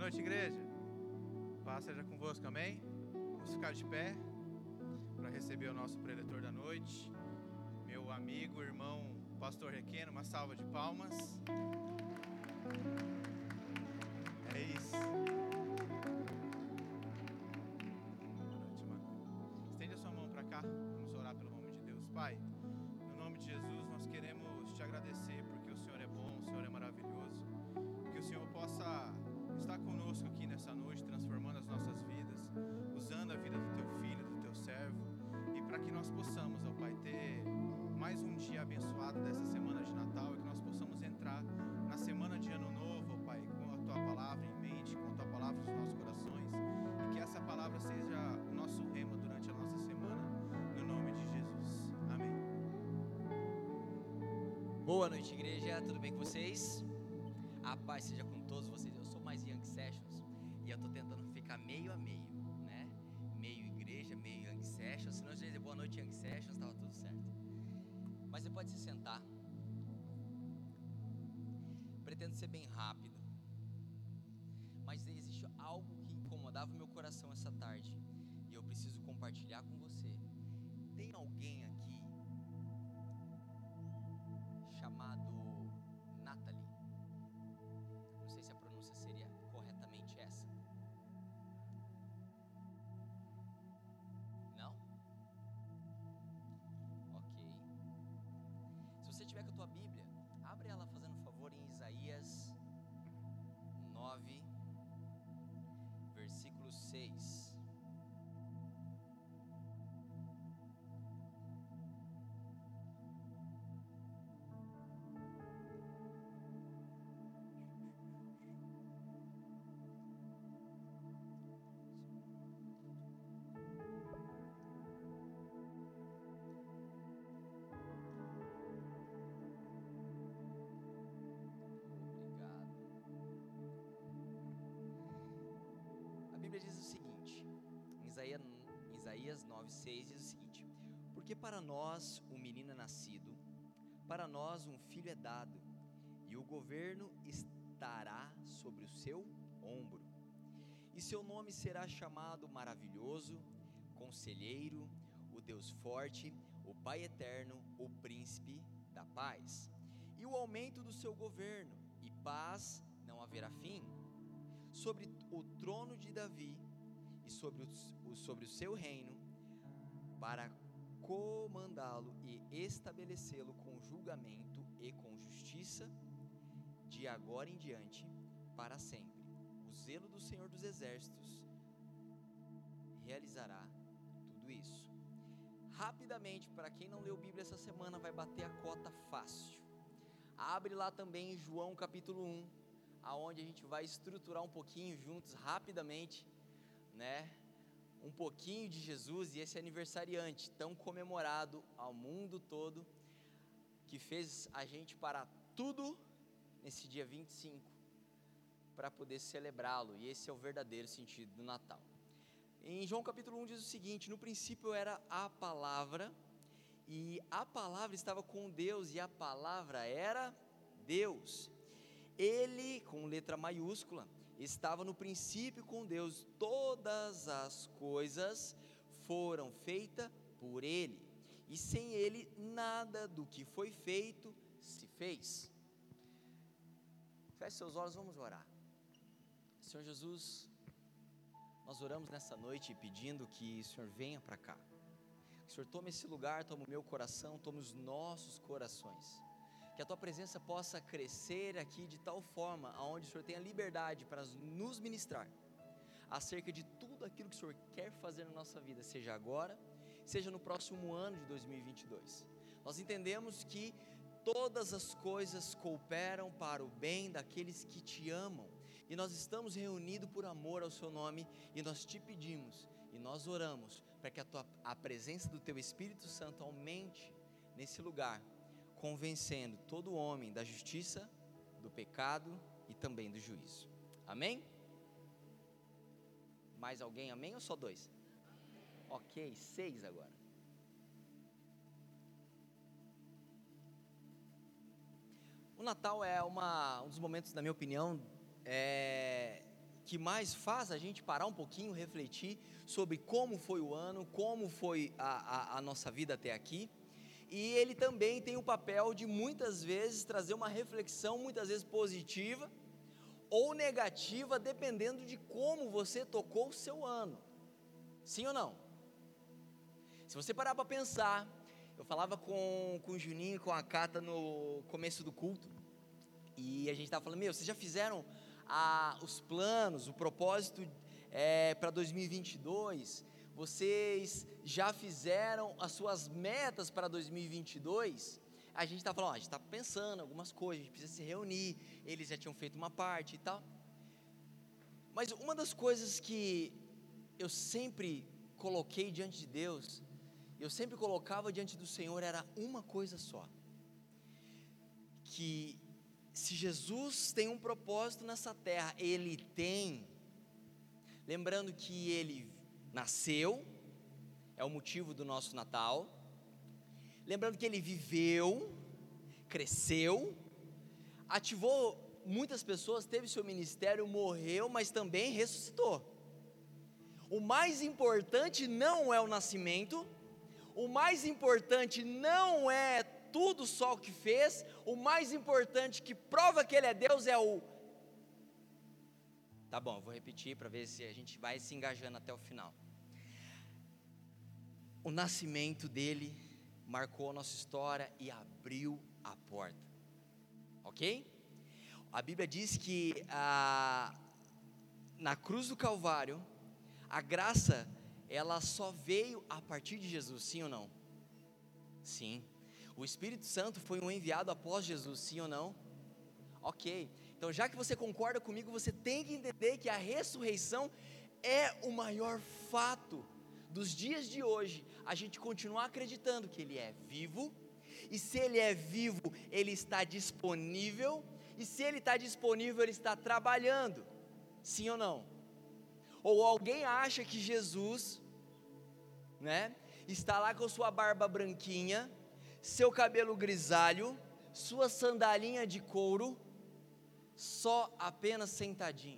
noite, igreja. Paz seja convosco, amém? Vamos ficar de pé para receber o nosso preletor da noite, meu amigo, irmão, pastor Requeno. Uma salva de palmas. É isso. Boa noite, mano. Estende a sua mão para cá, vamos orar pelo nome de Deus. Pai, no nome de Jesus, nós queremos te agradecer porque o Senhor é bom, o Senhor é maravilhoso. Que o Senhor possa estar conosco aqui nessa noite, transformando as nossas vidas, usando a vida do teu filho, do teu servo, e para que nós possamos, ó Pai, ter mais um dia abençoado dessa semana de Natal, e que nós possamos entrar na semana de Ano Novo, ó Pai, com a tua palavra em mente, com a tua palavra nos nossos corações, e que essa palavra seja o nosso rema durante a nossa semana, no nome de Jesus. Amém. Boa noite, igreja, tudo bem com vocês? A paz seja com todos vocês. Eu sou mais Young Sessions e eu tô tentando ficar meio a meio, né? Meio igreja, meio Young Sessions. Se não dizer boa noite, Young Sessions, tava tudo certo. Mas você pode se sentar. Pretendo ser bem rápido, mas existe algo que incomodava o meu coração essa tarde e eu preciso compartilhar com você. Tem alguém aqui chamado Natalie? Não sei se a pronúncia seria corretamente essa. Não? Ok. Se você tiver com a tua Bíblia, abre ela fazendo um favor em Isaías 9, versículo 6. A Bíblia diz o seguinte, em Isaías 9:6 diz o seguinte: porque para nós um menino é nascido, para nós um filho é dado, e o governo estará sobre o seu ombro, e seu nome será chamado Maravilhoso, Conselheiro, o Deus Forte, o Pai Eterno, o Príncipe da Paz. E o aumento do seu governo e paz não haverá fim, sobre o trono de Davi e sobre o seu reino, para comandá-lo e estabelecê-lo com julgamento e com justiça, de agora em diante, para sempre. O zelo do Senhor dos Exércitos realizará tudo isso. Rapidamente, para quem não leu Bíblia essa semana, vai bater a cota fácil. Abre lá também em João capítulo 1, aonde a gente vai estruturar um pouquinho juntos, rapidamente, né? Um pouquinho de Jesus e esse aniversariante tão comemorado ao mundo todo, que fez a gente parar tudo nesse dia 25, para poder celebrá-lo, e esse é o verdadeiro sentido do Natal. Em João capítulo 1 diz o seguinte: no princípio era a palavra, e a palavra estava com Deus, e a palavra era Deus. Ele, com letra maiúscula, estava no princípio com Deus. Todas as coisas foram feitas por Ele, e sem Ele nada do que foi feito se fez. Feche seus olhos, vamos orar. Senhor Jesus, nós oramos nessa noite pedindo que o Senhor venha para cá, que o Senhor tome esse lugar, tome o meu coração, tome os nossos corações, que a Tua presença possa crescer aqui de tal forma, aonde o Senhor tenha liberdade para nos ministrar, acerca de tudo aquilo que o Senhor quer fazer na nossa vida, seja agora, seja no próximo ano de 2022, nós entendemos que todas as coisas cooperam para o bem daqueles que Te amam, e nós estamos reunidos por amor ao Seu nome, e nós Te pedimos, e nós oramos, para que a presença do Teu Espírito Santo aumente nesse lugar, convencendo todo homem da justiça, do pecado e também do juízo. Amém? Mais alguém amém ou só 2? Ok, 6 agora. O Natal é um dos momentos, na minha opinião, que mais faz a gente parar um pouquinho, refletir sobre como foi o ano, como foi a nossa vida até aqui. E ele também tem o papel de muitas vezes trazer uma reflexão, muitas vezes positiva ou negativa, dependendo de como você tocou o seu ano. Sim ou não? Se você parar para pensar, eu falava com o Juninho e com a Cata no começo do culto, e a gente estava falando, vocês já fizeram os planos, o propósito para 2022? Vocês já fizeram as suas metas para 2022? A gente está falando, a gente está pensando algumas coisas, a gente precisa se reunir, eles já tinham feito uma parte e tal. Mas uma das coisas que eu sempre coloquei diante de Deus, eu sempre colocava diante do Senhor, era uma coisa só: que se Jesus tem um propósito nessa terra, Ele tem, lembrando que Ele nasceu, é o motivo do nosso Natal, lembrando que Ele viveu, cresceu, ativou muitas pessoas, teve seu ministério, morreu, mas também ressuscitou. O mais importante não é o nascimento, o mais importante não é tudo só o que fez, o mais importante que prova que Ele é Deus é o... Tá bom, vou repetir para ver se a gente vai se engajando até o final. O nascimento dele marcou a nossa história e abriu a porta, ok? A Bíblia diz que na cruz do Calvário, a graça, ela só veio a partir de Jesus, sim ou não? Sim. O Espírito Santo foi um enviado após Jesus, sim ou não? Ok. Então, já que você concorda comigo, você tem que entender que a ressurreição é o maior fato dos dias de hoje. A gente continuar acreditando que Ele é vivo, e se Ele é vivo, Ele está disponível, e se Ele está disponível, Ele está trabalhando, sim ou não? Ou alguém acha que Jesus, está lá com sua barba branquinha, seu cabelo grisalho, sua sandalinha de couro, só apenas sentadinho?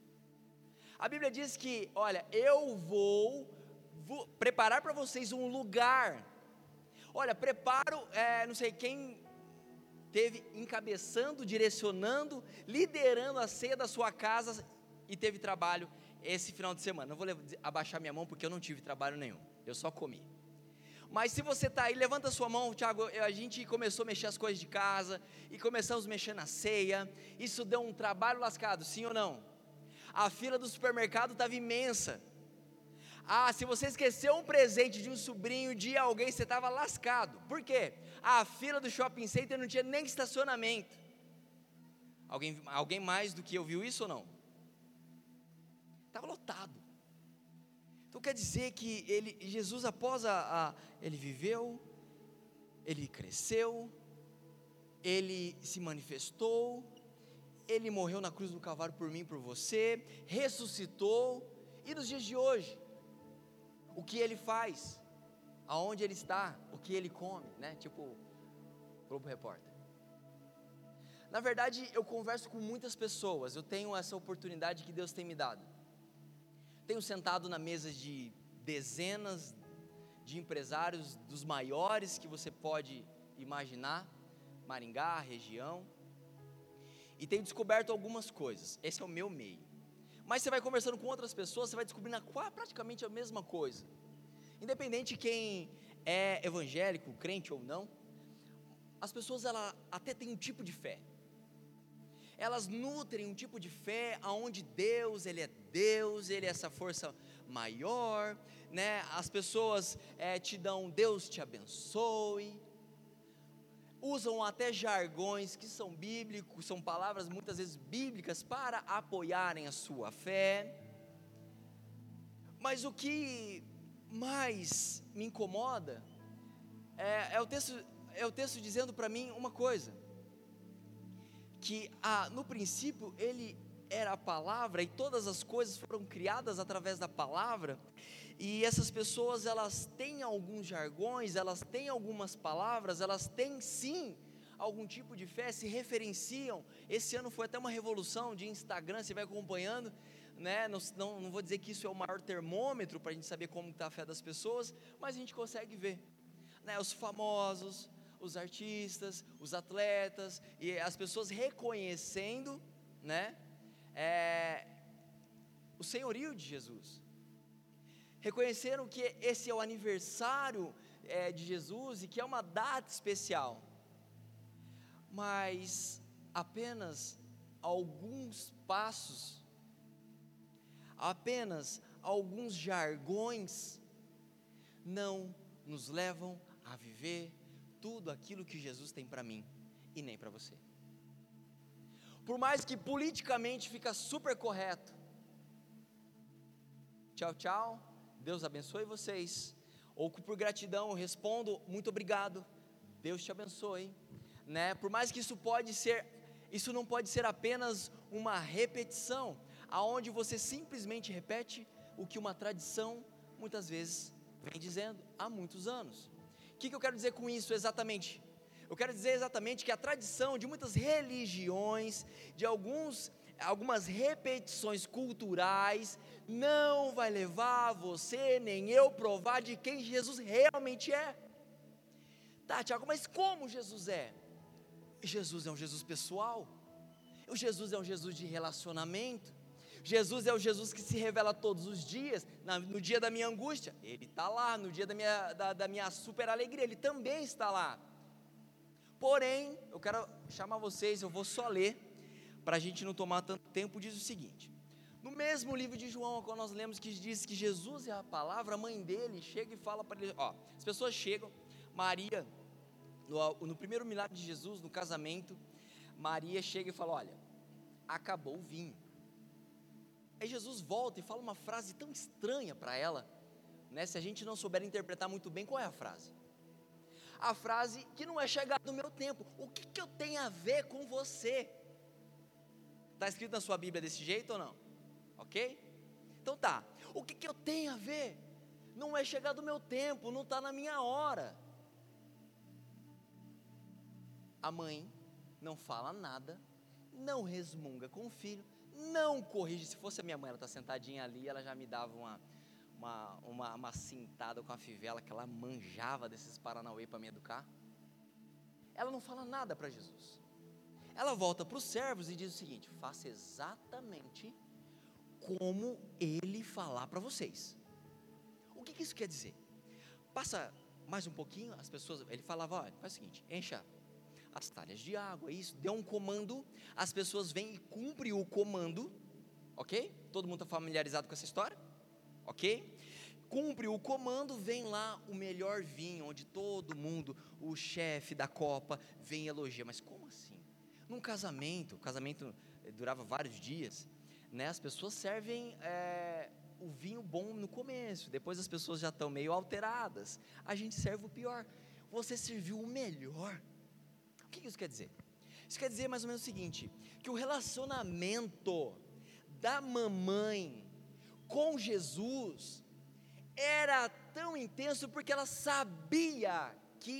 A Bíblia diz que, olha, eu vou preparar para vocês um lugar. Olha, preparo, não sei quem teve encabeçando, direcionando, liderando a ceia da sua casa e teve trabalho esse final de semana. Não vou abaixar minha mão porque eu não tive trabalho nenhum, eu só comi. Mas se você está aí, levanta a sua mão. Tiago, a gente começou a mexer as coisas de casa e começamos a mexer na ceia. Isso deu um trabalho lascado, sim ou não? A fila do supermercado estava imensa. Se você esqueceu um presente de um sobrinho, de alguém, você estava lascado. Por quê? A fila do shopping center não tinha nem estacionamento. Alguém mais do que eu viu isso ou não? Estava lotado. Então quer dizer que Jesus após ele viveu, ele cresceu, ele se manifestou, ele morreu na cruz do Calvário por mim e por você, ressuscitou, e nos dias de hoje, o que ele faz, aonde ele está, o que ele come, tipo Globo Repórter. Na verdade, eu converso com muitas pessoas, eu tenho essa oportunidade que Deus tem me dado. Tenho sentado na mesa de dezenas de empresários, dos maiores que você pode imaginar, Maringá, região, e tenho descoberto algumas coisas. Esse é o meu meio. Mas você vai conversando com outras pessoas, você vai descobrindo praticamente a mesma coisa. Independente de quem é evangélico, crente ou não, as pessoas elas até têm um tipo de fé. Elas nutrem um tipo de fé onde Deus, Ele é essa força maior, As pessoas te dão, Deus te abençoe. Usam até jargões que são bíblicos, são palavras muitas vezes bíblicas para apoiarem a sua fé. Mas o que mais me incomoda é o texto dizendo para mim uma coisa, que no princípio Ele era a palavra, e todas as coisas foram criadas através da palavra, e essas pessoas, elas têm alguns jargões, elas têm algumas palavras, elas têm sim algum tipo de fé, se referenciam. Esse ano foi até uma revolução de Instagram, você vai acompanhando, né? Não vou dizer que isso é o maior termômetro para a gente saber como está a fé das pessoas, mas a gente consegue ver, né? Os famosos, os artistas, os atletas, e as pessoas reconhecendo, né? O senhorio de Jesus, reconheceram que esse é o aniversário de Jesus e que é uma data especial, mas apenas alguns passos, apenas alguns jargões não nos levam a viver tudo aquilo que Jesus tem para mim e nem para você. Por mais que politicamente fica super correto, tchau, tchau, Deus abençoe vocês, ou por gratidão eu respondo, muito obrigado, Deus te abençoe, né? Por mais que isso não pode ser apenas uma repetição, aonde você simplesmente repete o que uma tradição, muitas vezes, vem dizendo há muitos anos. O que eu quero dizer com isso exatamente? Eu quero dizer exatamente que a tradição de muitas religiões, de algumas repetições culturais, não vai levar você nem eu provar de quem Jesus realmente é. Tá, Tiago, mas como Jesus é? Jesus é um Jesus pessoal, o Jesus é um Jesus de relacionamento, Jesus é o Jesus que se revela todos os dias, no dia da minha angústia, Ele está lá, no dia da minha super alegria, Ele também está lá. Porém, eu quero chamar vocês, eu vou só ler, para a gente não tomar tanto tempo, diz o seguinte: no mesmo livro de João, quando nós lemos que diz que Jesus é a palavra, a mãe dele chega e fala para ele, as pessoas chegam, Maria, no primeiro milagre de Jesus, no casamento, Maria chega e fala, olha, acabou o vinho. Aí Jesus volta e fala uma frase tão estranha para ela, né? Se a gente não souber interpretar muito bem, qual é a frase? A frase que não é chegado no meu tempo. O que eu tenho a ver com você? Está escrito na sua Bíblia desse jeito ou não? Ok? Então tá, o que eu tenho a ver? Não é chegado o meu tempo, não está na minha hora. A mãe não fala nada, não resmunga com o filho, não corrige. Se fosse a minha mãe, ela está sentadinha ali, ela já me dava uma cintada com a fivela, que ela manjava desses paranauê para me educar. Ela não fala nada para Jesus. Ela volta para os servos e diz o seguinte: faça exatamente como ele falar para vocês. O que isso quer dizer? Passa mais um pouquinho, as pessoas, ele falava, olha, faz o seguinte, encha as talhas de água, isso, deu um comando, as pessoas vêm e cumprem o comando, ok? Todo mundo está familiarizado com essa história? Ok? Cumpre o comando, vem lá o melhor vinho, onde todo mundo, o chefe da copa, vem e elogia. Mas como assim? Num casamento, o casamento durava vários dias, né? As pessoas servem o vinho bom no começo, depois as pessoas já estão meio alteradas, a gente serve o pior. Você serviu o melhor. O que isso quer dizer? Isso quer dizer mais ou menos o seguinte, que o relacionamento da mamãe com Jesus era tão intenso porque ela sabia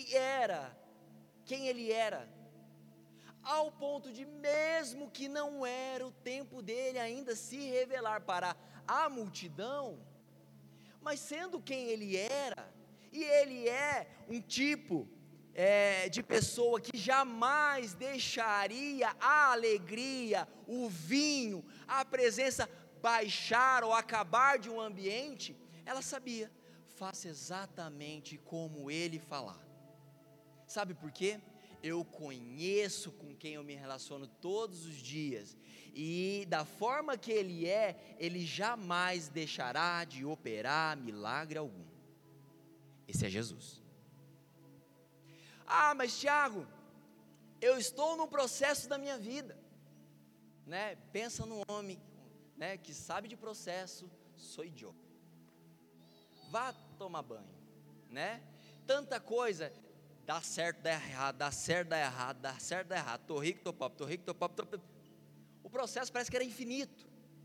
quem ele era, ao ponto de, mesmo que não era o tempo dele ainda se revelar para a multidão, mas sendo quem ele era, e ele é um tipo de pessoa que jamais deixaria a alegria, o vinho, a presença baixar ou acabar de um ambiente, ela sabia, faça exatamente como ele falar. Sabe por quê? Eu conheço com quem eu me relaciono todos os dias, e da forma que ele é, ele jamais deixará de operar milagre algum. Esse é Jesus. Ah, mas Tiago, eu estou no processo da minha vida, né? Pensa num homem, né, que sabe de processo, sou eu. Vá tomar banho, né? Tanta coisa, dá certo, dá errado, dá certo, dá errado, dá certo, dá errado, tô rico, tô pobre, tô rico, tô pobre, tô pobre. O processo parece que era infinito,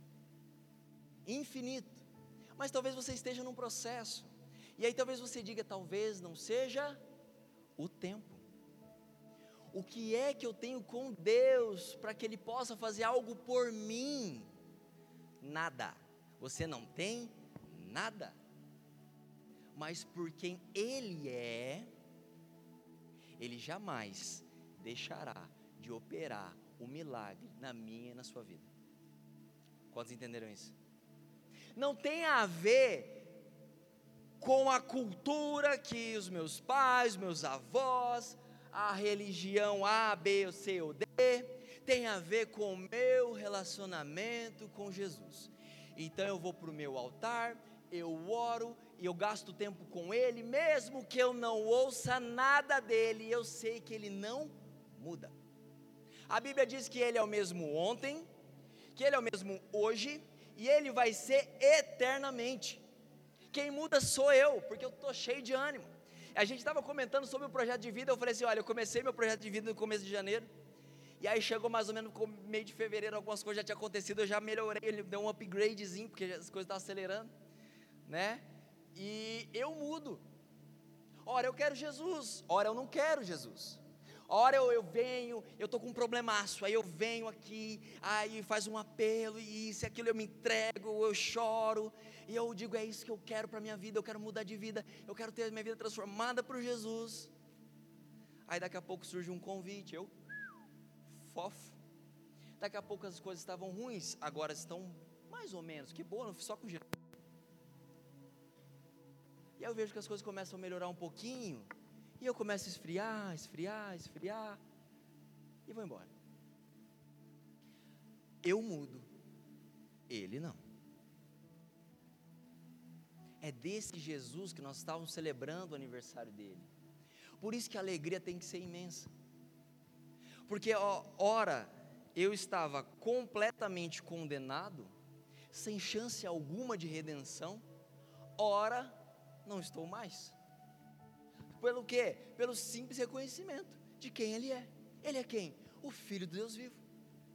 mas talvez você esteja num processo, e aí talvez você diga, talvez não seja o tempo. O que é que eu tenho com Deus para que Ele possa fazer algo por mim nada. Você não tem nada. Mas por quem Ele é, Ele jamais deixará de operar o milagre na minha e na sua vida. Quantos entenderam isso? Não tem a ver com a cultura que os meus pais, meus avós, a religião A, B, C ou D, tem a ver com o meu relacionamento com Jesus. Então eu vou para o meu altar, eu oro e eu gasto tempo com Ele, mesmo que eu não ouça nada dEle, eu sei que Ele não muda. A Bíblia diz que Ele é o mesmo ontem, que Ele é o mesmo hoje, e Ele vai ser eternamente. Quem muda sou eu, porque eu estou cheio de ânimo. A gente estava comentando sobre o projeto de vida, eu falei assim, olha, eu comecei meu projeto de vida no começo de janeiro, e aí chegou mais ou menos no meio de fevereiro, algumas coisas já tinham acontecido, eu já melhorei, ele deu um upgradezinho, porque as coisas estavam acelerando, né? E eu mudo. Ora eu quero Jesus, ora eu não quero Jesus. Ora eu venho, eu estou com um problemaço, aí eu venho aqui, aí faz um apelo, e isso e aquilo, eu me entrego, eu choro, e eu digo, é isso que eu quero para a minha vida, eu quero mudar de vida, eu quero ter a minha vida transformada por Jesus. Aí daqui a pouco surge um convite, eu fofo. Daqui a pouco as coisas estavam ruins, agora estão mais ou menos, que bom, só com Jesus. E aí eu vejo que as coisas começam a melhorar um pouquinho, e eu começo a esfriar, e vou embora. Eu mudo, Ele não. É desse Jesus que nós estávamos celebrando o aniversário dele. Por isso que a alegria tem que ser imensa. Porque, ora, eu estava completamente condenado, sem chance alguma de redenção, ora, não estou mais. Pelo quê? Pelo simples reconhecimento de quem Ele é. Ele é quem? O Filho de Deus vivo.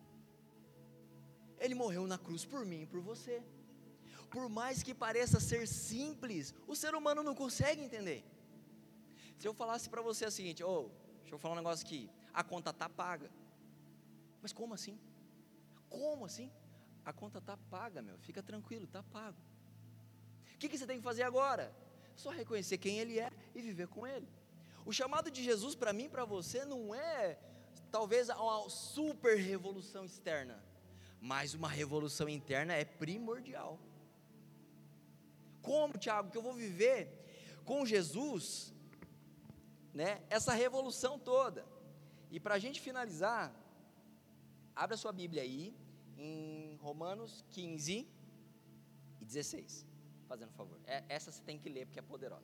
Ele morreu na cruz por mim e por você. Por mais que pareça ser simples, o ser humano não consegue entender. Se eu falasse para você o seguinte, deixa eu falar um negócio aqui, a conta está paga. Mas como assim? Como assim? A conta está paga, meu, fica tranquilo, está pago. O que você tem que fazer agora? Só reconhecer quem Ele é e viver com Ele. O chamado de Jesus para mim e para você não é talvez uma super revolução externa, mas uma revolução interna é primordial. Como, Tiago, que eu vou viver com Jesus, né, essa revolução toda? E para a gente finalizar, abra sua Bíblia aí, em Romanos 15 e 16, fazendo favor, essa você tem que ler porque é poderosa.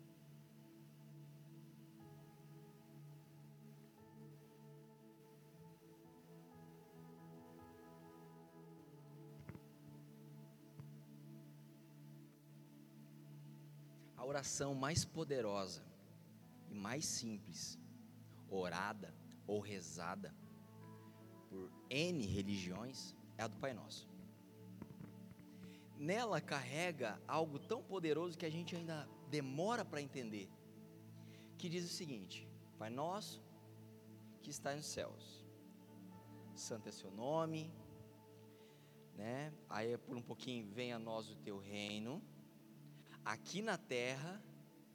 A oração mais poderosa e mais simples, orada ou rezada por N religiões, é a do Pai Nosso. Nela carrega algo tão poderoso que a gente ainda demora para entender, que diz o seguinte: Pai Nosso que está nos céus, santo é seu nome, né? Aí por um pouquinho, venha a nós o teu reino, aqui na terra,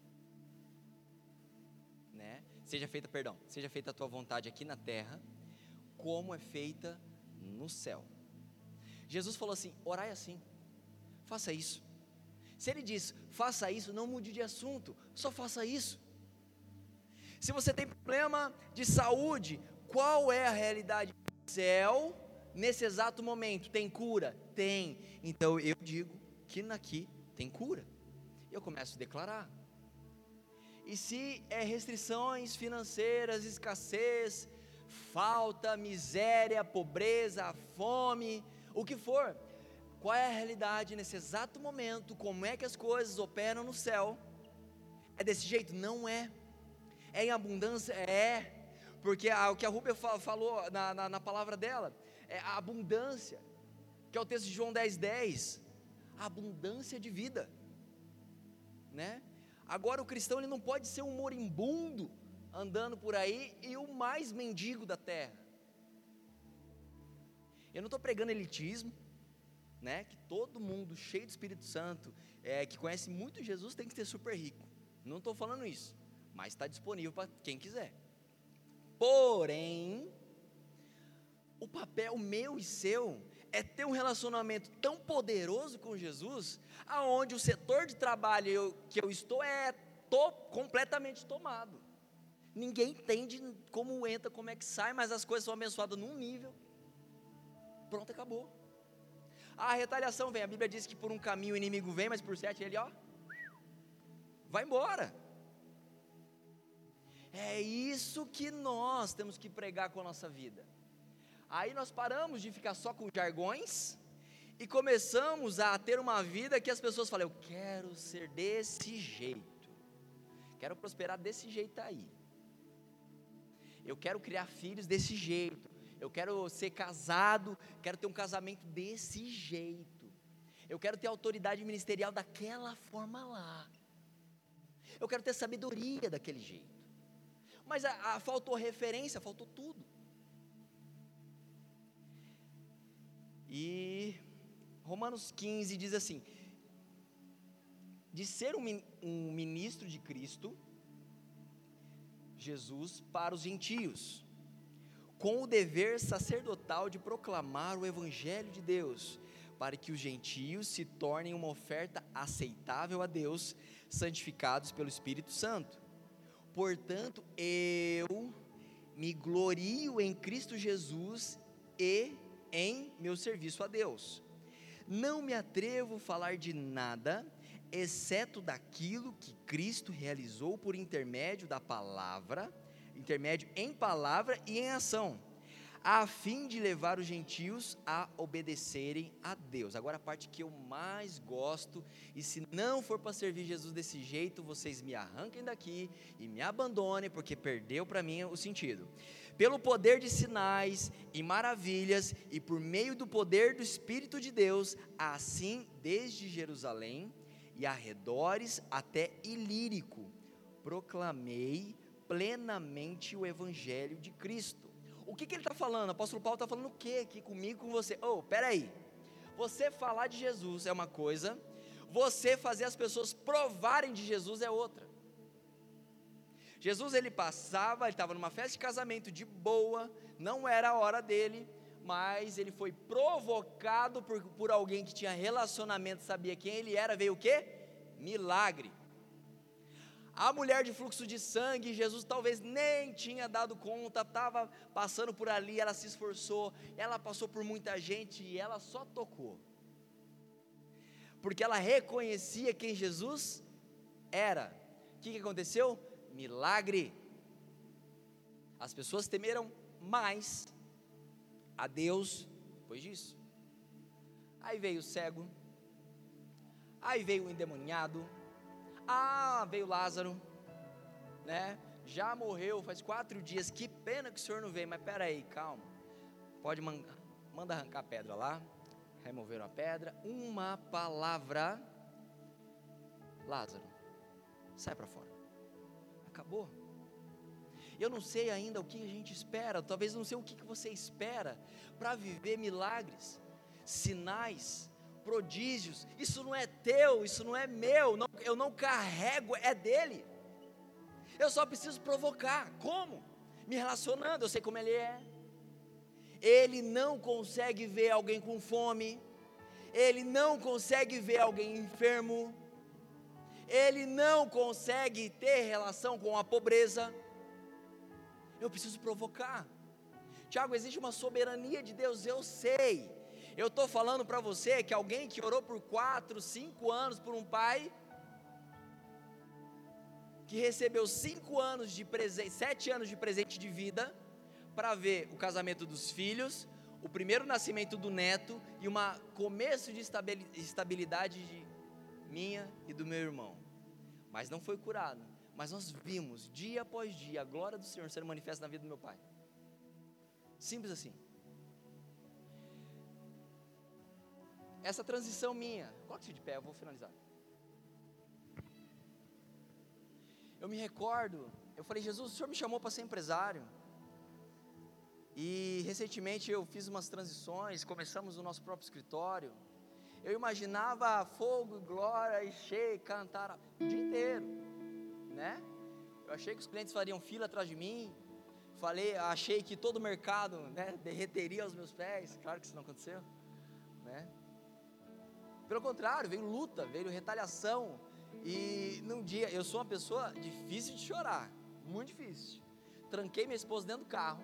né? Seja feita a tua vontade aqui na terra, como é feita no céu. Jesus falou assim: orai assim, faça isso. Se Ele diz, faça isso, não mude de assunto, só faça isso. Se você tem problema de saúde, qual é a realidade do céu nesse exato momento? Tem cura? Tem. Então eu digo que aqui tem cura. Eu começo a declarar. E se é restrições financeiras, escassez, falta, miséria, pobreza, fome, o que for, qual é a realidade nesse exato momento? Como é que as coisas operam no céu? É desse jeito? Não é. É em abundância? É. Porque o que a Rúbia falou na palavra dela, é a abundância, que é o texto de João 10:10, a abundância de vida, né? Agora o cristão, ele não pode ser um moribundo andando por aí e o mais mendigo da terra. Eu não estou pregando elitismo, né, que todo mundo cheio do Espírito Santo, que conhece muito Jesus, tem que ser super rico. Não estou falando isso, mas está disponível para quem quiser. Porém, o papel meu e seu é ter um relacionamento tão poderoso com Jesus, aonde o setor de trabalho que eu estou completamente tomado. Ninguém entende como entra, como é que sai, mas as coisas são abençoadas num nível. Pronto, acabou. A retaliação vem, a Bíblia diz que por um caminho o inimigo vem, mas por 7 ele, vai embora. É isso que nós temos que pregar com a nossa vida. Aí nós paramos de ficar só com jargões e começamos a ter uma vida que as pessoas falam: eu quero ser desse jeito, quero prosperar desse jeito aí, eu quero criar filhos desse jeito, eu quero ser casado, quero ter um casamento desse jeito, eu quero ter autoridade ministerial daquela forma lá, eu quero ter sabedoria daquele jeito. Mas faltou referência, faltou tudo. E Romanos 15 diz assim: de ser um ministro de Cristo Jesus para os gentios, com o dever sacerdotal de proclamar o evangelho de Deus, para que os gentios se tornem uma oferta aceitável a Deus, santificados pelo Espírito Santo. Portanto, eu me glorio em Cristo Jesus e em meu serviço a Deus. Não me atrevo a falar de nada, exceto daquilo que Cristo realizou por intermédio da palavra, intermédio em palavra e em ação, a fim de levar os gentios a obedecerem a Deus. Agora a parte que eu mais gosto, e se não for para servir Jesus desse jeito, vocês me arranquem daqui e me abandonem, porque perdeu para mim o sentido. Pelo poder de sinais e maravilhas, e por meio do poder do Espírito de Deus, assim desde Jerusalém e arredores até Ilírico, proclamei plenamente o evangelho de Cristo. O que ele está falando? O apóstolo Paulo está falando o que aqui comigo, com você? Peraí, você falar de Jesus é uma coisa, você fazer as pessoas provarem de Jesus é outra. Jesus, ele estava numa festa de casamento de boa, não era a hora dele, mas ele foi provocado por alguém que tinha relacionamento, sabia quem ele era, veio o quê? Milagre. A mulher de fluxo de sangue, Jesus talvez nem tinha dado conta, estava passando por ali, ela se esforçou, ela passou por muita gente e ela só tocou, porque ela reconhecia quem Jesus era. O que aconteceu? Milagre. As pessoas temeram mais a Deus depois disso. Aí veio o cego, aí veio o endemoniado, veio Lázaro, né? Já morreu faz 4 dias, que pena que o senhor não veio, mas peraí, calma, pode manda arrancar a pedra lá. Removeram a pedra, uma palavra, Lázaro, sai para fora, acabou. Eu não sei ainda o que a gente espera, talvez não sei o que você espera para viver milagres, sinais, prodígios. Isso não é teu, isso não é meu, eu não carrego, é dele. Eu só preciso provocar. Como? Me relacionando, eu sei como ele é. Ele não consegue ver alguém com fome, ele não consegue ver alguém enfermo, ele não consegue ter relação com a pobreza. Eu preciso provocar. Tiago, existe uma soberania de Deus, eu sei. Eu estou falando para você que alguém que orou por 4, 5 anos por um pai, que recebeu 5 anos de presente, 7 anos de presente de vida, para ver o casamento dos filhos, o primeiro nascimento do neto e um começo de estabilidade minha e do meu irmão, mas não foi curado. Mas nós vimos dia após dia a glória do Senhor sendo manifesta na vida do meu pai. Simples assim. Essa transição minha, coloque-se de pé, eu vou finalizar. Eu me recordo, eu falei: Jesus, o Senhor me chamou para ser empresário. E recentemente eu fiz umas transições, começamos o nosso próprio escritório. Eu imaginava fogo, glória, encher, cantar o dia inteiro, né? Eu achei que os clientes fariam fila atrás de mim. Achei que todo o mercado, né, derreteria aos meus pés. Claro que isso não aconteceu, né? Pelo contrário, veio luta, veio retaliação. E num dia, eu sou uma pessoa difícil de chorar, muito difícil. Tranquei minha esposa dentro do carro.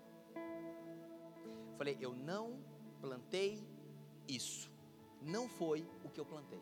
Falei, eu não plantei isso. Não foi o que eu plantei.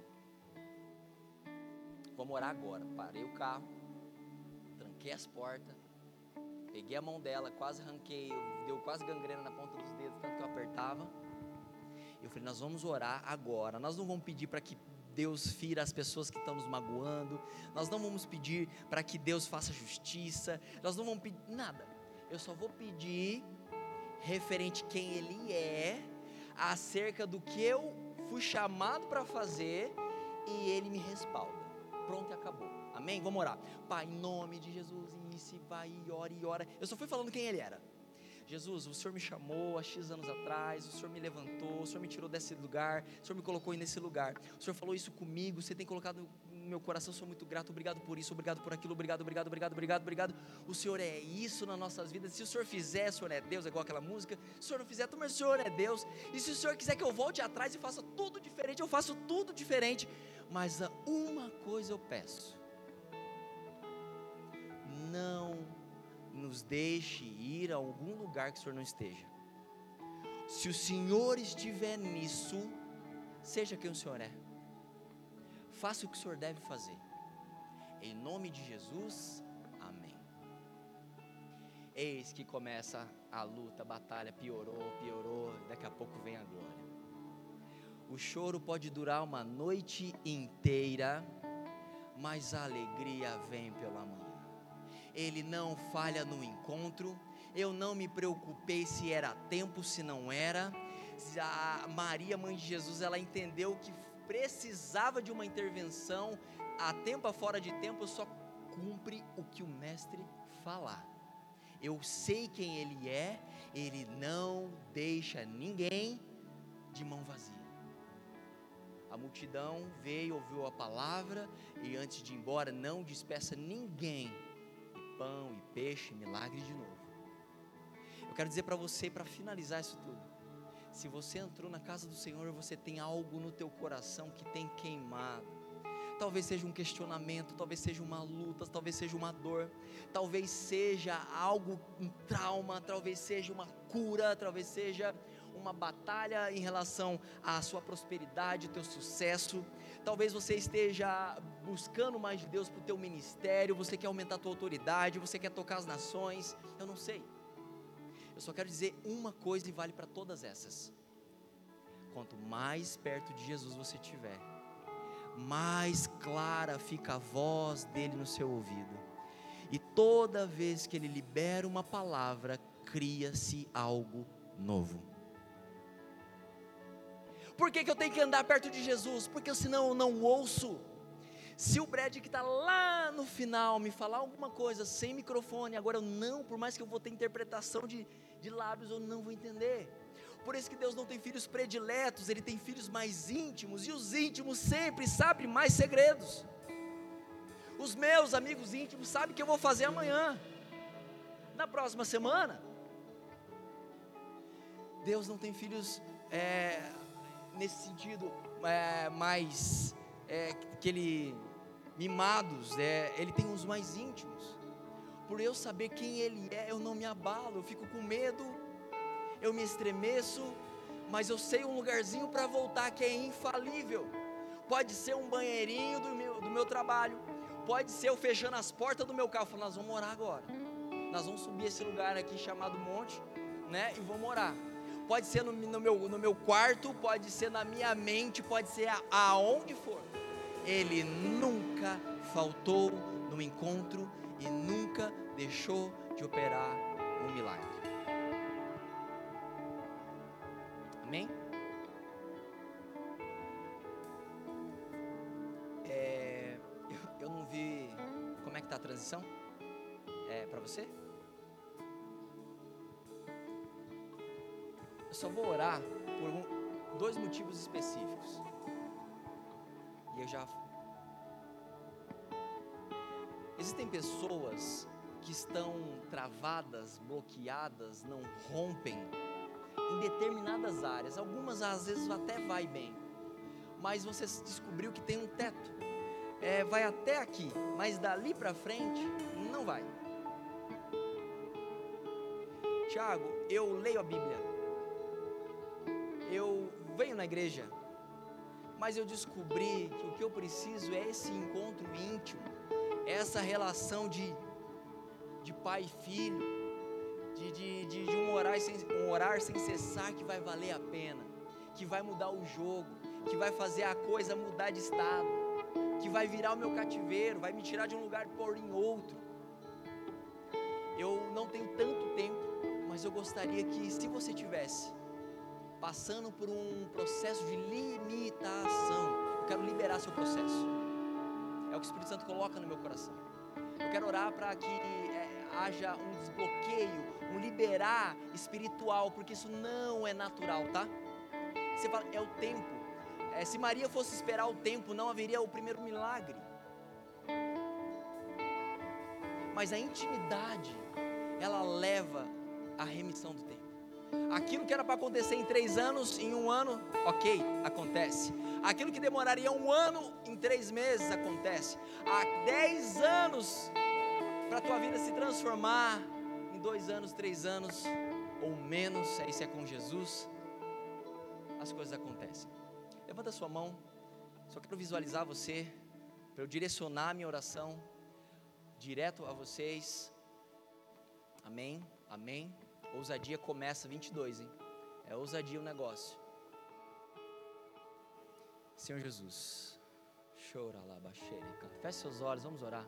Vamos orar agora. Parei o carro, tranquei as portas, peguei a mão dela, quase arranquei, deu quase gangrena na ponta dos dedos, tanto que eu apertava. Eu falei, nós vamos orar agora. Nós não vamos pedir para que Deus fira as pessoas que estão nos magoando. Nós não vamos pedir para que Deus faça justiça. Nós não vamos pedir nada. Eu só vou pedir referente quem Ele é, acerca do que eu fui chamado para fazer, e Ele me respalda. Pronto, e acabou. Amém? Vamos orar. Pai, em nome de Jesus, e se vai e ora. Eu só fui falando quem Ele era. Jesus, o Senhor me chamou há X anos atrás, o Senhor me levantou, o Senhor me tirou desse lugar, o Senhor me colocou nesse lugar, o Senhor falou isso comigo, você tem colocado no meu coração, sou muito grato, obrigado por isso, obrigado por aquilo, obrigado, o Senhor é isso nas nossas vidas. Se o Senhor fizer, o Senhor é Deus, é igual aquela música. Se o Senhor não fizer, também o Senhor é Deus. E se o Senhor quiser que eu volte atrás e faça tudo diferente, eu faço tudo diferente, mas uma coisa eu peço: não nos deixe ir a algum lugar que o Senhor não esteja. Se o Senhor estiver nisso, seja quem o Senhor é, faça o que o Senhor deve fazer, em nome de Jesus, amém. Eis que começa a luta, a batalha, piorou, daqui a pouco vem a glória. O choro pode durar uma noite inteira, mas a alegria vem pela manhã. Ele não falha no encontro. Eu não me preocupei se era tempo, se não era. A Maria, mãe de Jesus, ela entendeu que precisava de uma intervenção. A tempo, a fora de tempo, só cumpre o que o mestre falar. Eu sei quem Ele é. Ele não deixa ninguém de mão vazia. A multidão veio, ouviu a palavra, e antes de ir embora, não despeça ninguém pão e peixe, milagre de novo. Eu quero dizer para você, para finalizar isso tudo, se você entrou na casa do Senhor, você tem algo no teu coração que tem queimado. Talvez seja um questionamento, talvez seja uma luta, talvez seja uma dor, talvez seja algo, um trauma, talvez seja uma cura, talvez seja uma batalha em relação à sua prosperidade, teu sucesso. Talvez você esteja buscando mais de Deus para o teu ministério, você quer aumentar a tua autoridade, você quer tocar as nações, eu não sei. Eu só quero dizer uma coisa e vale para todas essas: quanto mais perto de Jesus você estiver, mais clara fica a voz dele no seu ouvido, e toda vez que ele libera uma palavra, cria-se algo novo. Por que eu tenho que andar perto de Jesus? Porque senão eu não ouço. Se o Brad que está lá no final me falar alguma coisa sem microfone, agora eu não, por mais que eu vou ter interpretação de lábios, eu não vou entender. Por isso que Deus não tem filhos prediletos, Ele tem filhos mais íntimos, e os íntimos sempre sabem mais segredos. Os meus amigos íntimos sabem o que eu vou fazer amanhã, na próxima semana. Deus não tem filhos nesse sentido mais mimados, Ele tem os mais íntimos. Por eu saber quem Ele é, eu não me abalo, eu fico com medo, eu me estremeço, mas eu sei um lugarzinho para voltar que é infalível. Pode ser um banheirinho do meu trabalho, pode ser eu fechando as portas do meu carro, falando, nós vamos orar agora, nós vamos subir esse lugar aqui chamado monte, né, e vamos orar. Pode ser no meu quarto, pode ser na minha mente, pode ser aonde for. Ele nunca faltou no encontro e nunca deixou de operar um milagre. Amém? Eu não vi. Como é que está a transição? Para você? Eu só vou orar por dois motivos específicos. Existem pessoas que estão travadas, bloqueadas, não rompem em determinadas áreas. Algumas às vezes até vai bem, mas você descobriu que tem um teto. Vai até aqui, mas dali para frente não vai. Tiago, eu leio a Bíblia, eu venho na igreja, mas eu descobri que o que eu preciso é esse encontro íntimo, essa relação de pai e filho, de um orar sem cessar, que vai valer a pena, que vai mudar o jogo, que vai fazer a coisa mudar de estado, que vai virar o meu cativeiro, vai me tirar de um lugar e pôr em outro. Eu não tenho tanto tempo, mas eu gostaria que, se você tivesse passando por um processo de limitação, eu quero liberar seu processo. É o que o Espírito Santo coloca no meu coração. Eu quero orar para que haja um desbloqueio, um liberar espiritual, porque isso não é natural, tá? Você fala, é o tempo. Se Maria fosse esperar o tempo, não haveria o primeiro milagre. Mas a intimidade, ela leva à remissão do tempo. Aquilo que era para acontecer em 3 anos, em 1 ano, ok, acontece. Aquilo que demoraria 1 ano, em 3 meses, acontece. Há 10 anos para a tua vida se transformar em 2 anos, 3 anos ou menos, aí se é com Jesus, as coisas acontecem. Levanta a sua mão, só quero visualizar você, para eu direcionar a minha oração direto a vocês. Amém, amém. Ousadia começa 22, hein? É ousadia o negócio. Senhor Jesus, chora lá, baixeira, canta. Feche seus olhos, vamos orar.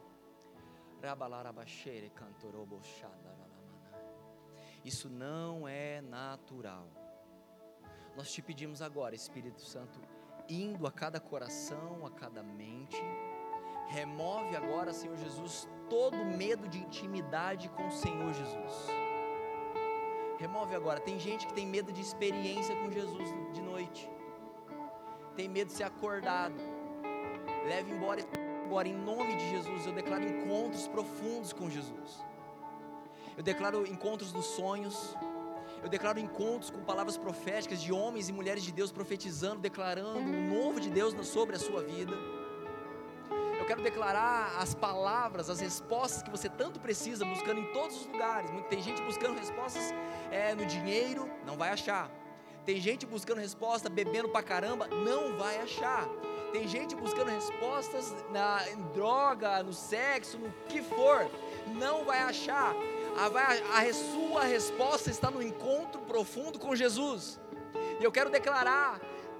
Isso não é natural. Nós te pedimos agora, Espírito Santo, indo a cada coração, a cada mente, remove agora, Senhor Jesus, todo medo de intimidade com o Senhor Jesus. Remove agora. Tem gente que tem medo de experiência com Jesus de noite, tem medo de ser acordado. Leve embora agora, em nome de Jesus. Eu declaro encontros profundos com Jesus. Eu declaro encontros dos sonhos. Eu declaro encontros com palavras proféticas de homens e mulheres de Deus profetizando, declarando o novo de Deus sobre a sua vida. Eu quero declarar as palavras, as respostas que você tanto precisa, buscando em todos os lugares. Tem gente buscando respostas no dinheiro, não vai achar. Tem gente buscando resposta bebendo pra caramba, não vai achar. Tem gente buscando respostas em droga, no sexo, no que for, não vai achar. A sua resposta está no encontro profundo com Jesus. E eu quero declarar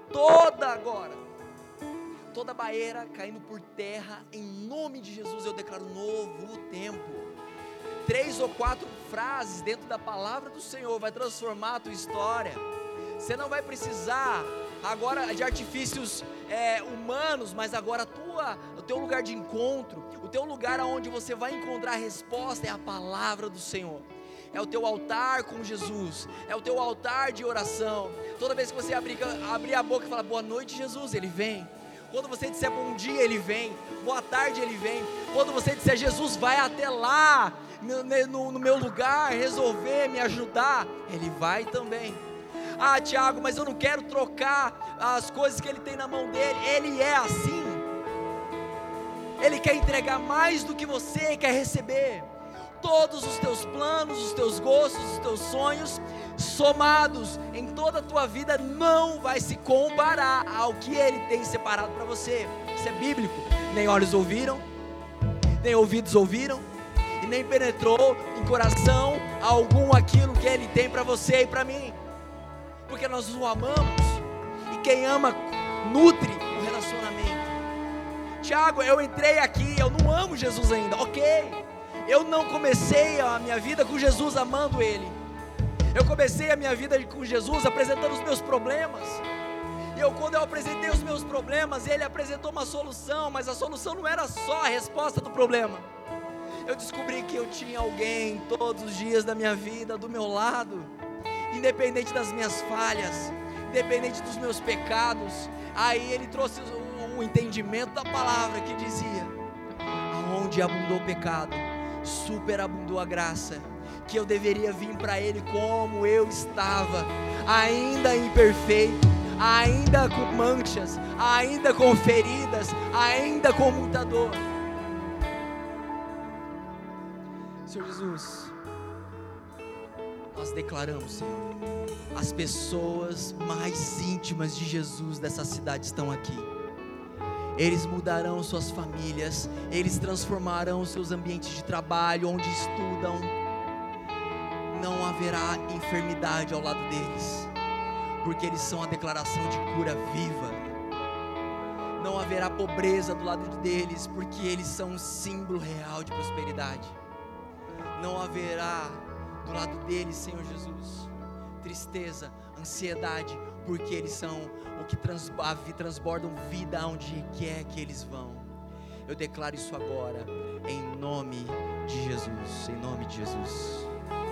toda barreira caindo por terra, em nome de Jesus. Eu declaro novo tempo. 3 ou 4 frases dentro da palavra do Senhor vai transformar a tua história. Você não vai precisar agora de artifícios humanos, mas agora o teu lugar de encontro, o teu lugar onde você vai encontrar a resposta é a palavra do Senhor. É o teu altar com Jesus, é o teu altar de oração. Toda vez que você abrir a boca e falar boa noite, Jesus, Ele vem. Quando você disser bom dia, Ele vem. Boa tarde, Ele vem. Quando você disser Jesus, vai até lá no meu lugar resolver, me ajudar, Ele vai também. Ah, Tiago, mas eu não quero trocar as coisas que Ele tem na mão dele. Ele é assim. Ele quer entregar mais do que você quer receber. Todos os teus planos, os teus gostos, os teus sonhos, somados em toda a tua vida, não vai se comparar ao que Ele tem separado para você. Isso é bíblico. Nem olhos ouviram, nem ouvidos ouviram, e nem penetrou em coração algum aquilo que Ele tem para você e para mim. Porque nós o amamos, e quem ama nutre o relacionamento. Tiago, eu entrei aqui, eu não amo Jesus ainda, ok, eu não comecei a minha vida com Jesus amando Ele, eu comecei a minha vida com Jesus apresentando os meus problemas, e quando eu apresentei os meus problemas, Ele apresentou uma solução, mas a solução não era só a resposta do problema. Eu descobri que eu tinha alguém todos os dias da minha vida do meu lado, independente das minhas falhas, independente dos meus pecados. Aí Ele trouxe o entendimento da palavra que dizia: aonde abundou o pecado, superabundou a graça, que eu deveria vir para Ele como eu estava, ainda imperfeito, ainda com manchas, ainda com feridas, ainda com muita dor. Senhor Jesus, nós declaramos, Senhor, as pessoas mais íntimas de Jesus dessa cidade estão aqui. Eles mudarão suas famílias, eles transformarão seus ambientes de trabalho, onde estudam. Não haverá enfermidade ao lado deles, porque eles são a declaração de cura viva. Não haverá pobreza do lado deles, porque eles são um símbolo real de prosperidade. Não haverá do lado deles, Senhor Jesus, tristeza, ansiedade, porque eles são o que transbordam vida aonde quer que eles vão. Eu declaro isso agora, em nome de Jesus, em nome de Jesus.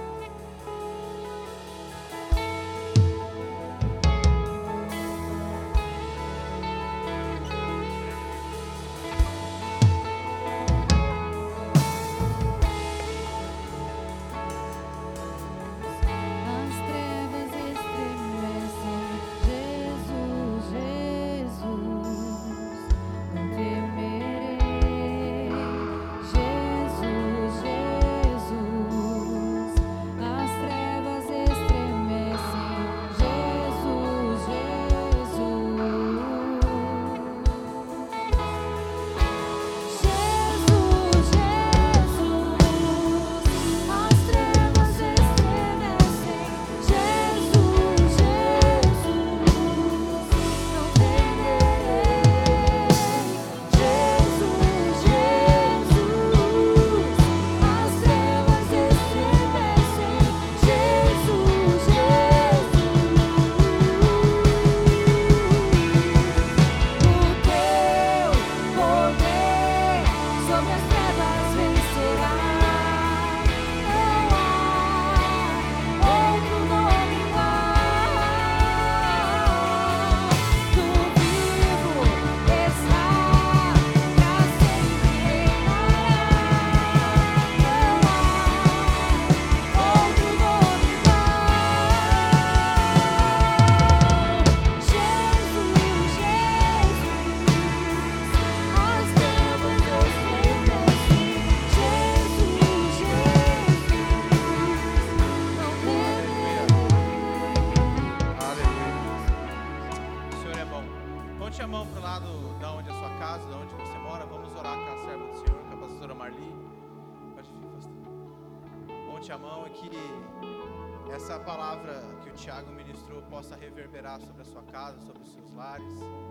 essa palavra que o Tiago ministrou possa reverberar sobre a sua casa, sobre os seus lares,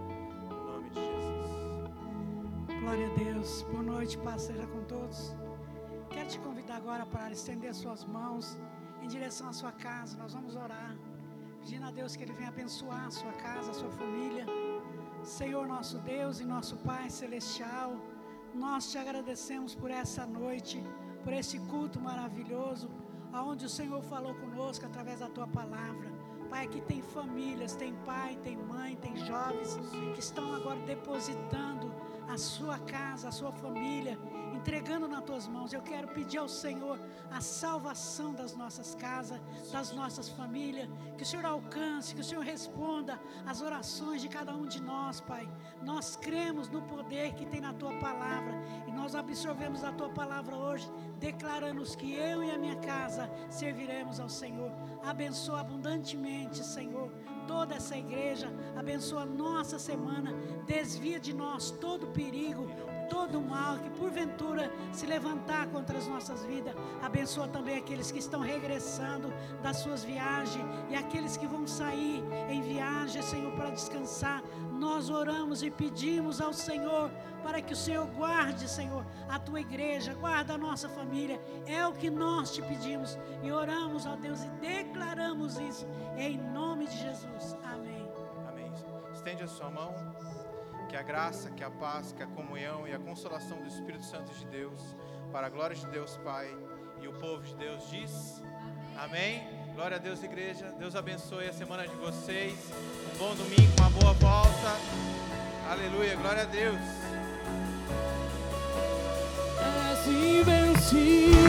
em nome de Jesus. Glória a Deus. Boa noite, paz seja com todos. Quero te convidar agora para estender suas mãos em direção à sua casa. Nós vamos orar, pedindo a Deus que Ele venha abençoar a sua casa, a sua família. Senhor nosso Deus e nosso Pai Celestial, nós te agradecemos por essa noite, por esse culto maravilhoso, aonde o Senhor falou conosco através da Tua Palavra. Pai, que tem famílias, tem pai, tem mãe, tem jovens que estão agora depositando a sua casa, a sua família, entregando nas Tuas mãos. Eu quero pedir ao Senhor a salvação das nossas casas, das nossas famílias, que o Senhor alcance, que o Senhor responda às orações de cada um de nós, Pai. Nós cremos no poder que tem na Tua Palavra e nós absorvemos a Tua Palavra hoje, declarando que eu e a minha casa serviremos ao Senhor. Abençoa abundantemente, Senhor, toda essa igreja, abençoa a nossa semana, desvia de nós todo perigo, todo mal que porventura se levantar contra as nossas vidas. Abençoa também aqueles que estão regressando das suas viagens e aqueles que vão sair em viagem, Senhor, para descansar. Nós oramos e pedimos ao Senhor para que o Senhor guarde, Senhor, a Tua igreja, guarda a nossa família. É o que nós te pedimos e oramos a Deus e declaramos isso em nome de Jesus. Amém. Amém. Estende a sua mão. Que a graça, que a paz, que a comunhão e a consolação do Espírito Santo de Deus, para a glória de Deus Pai e o povo de Deus diz amém. Glória a Deus, igreja. Deus abençoe a semana de vocês. Um bom domingo, uma boa volta. Aleluia, glória a Deus. És invencível.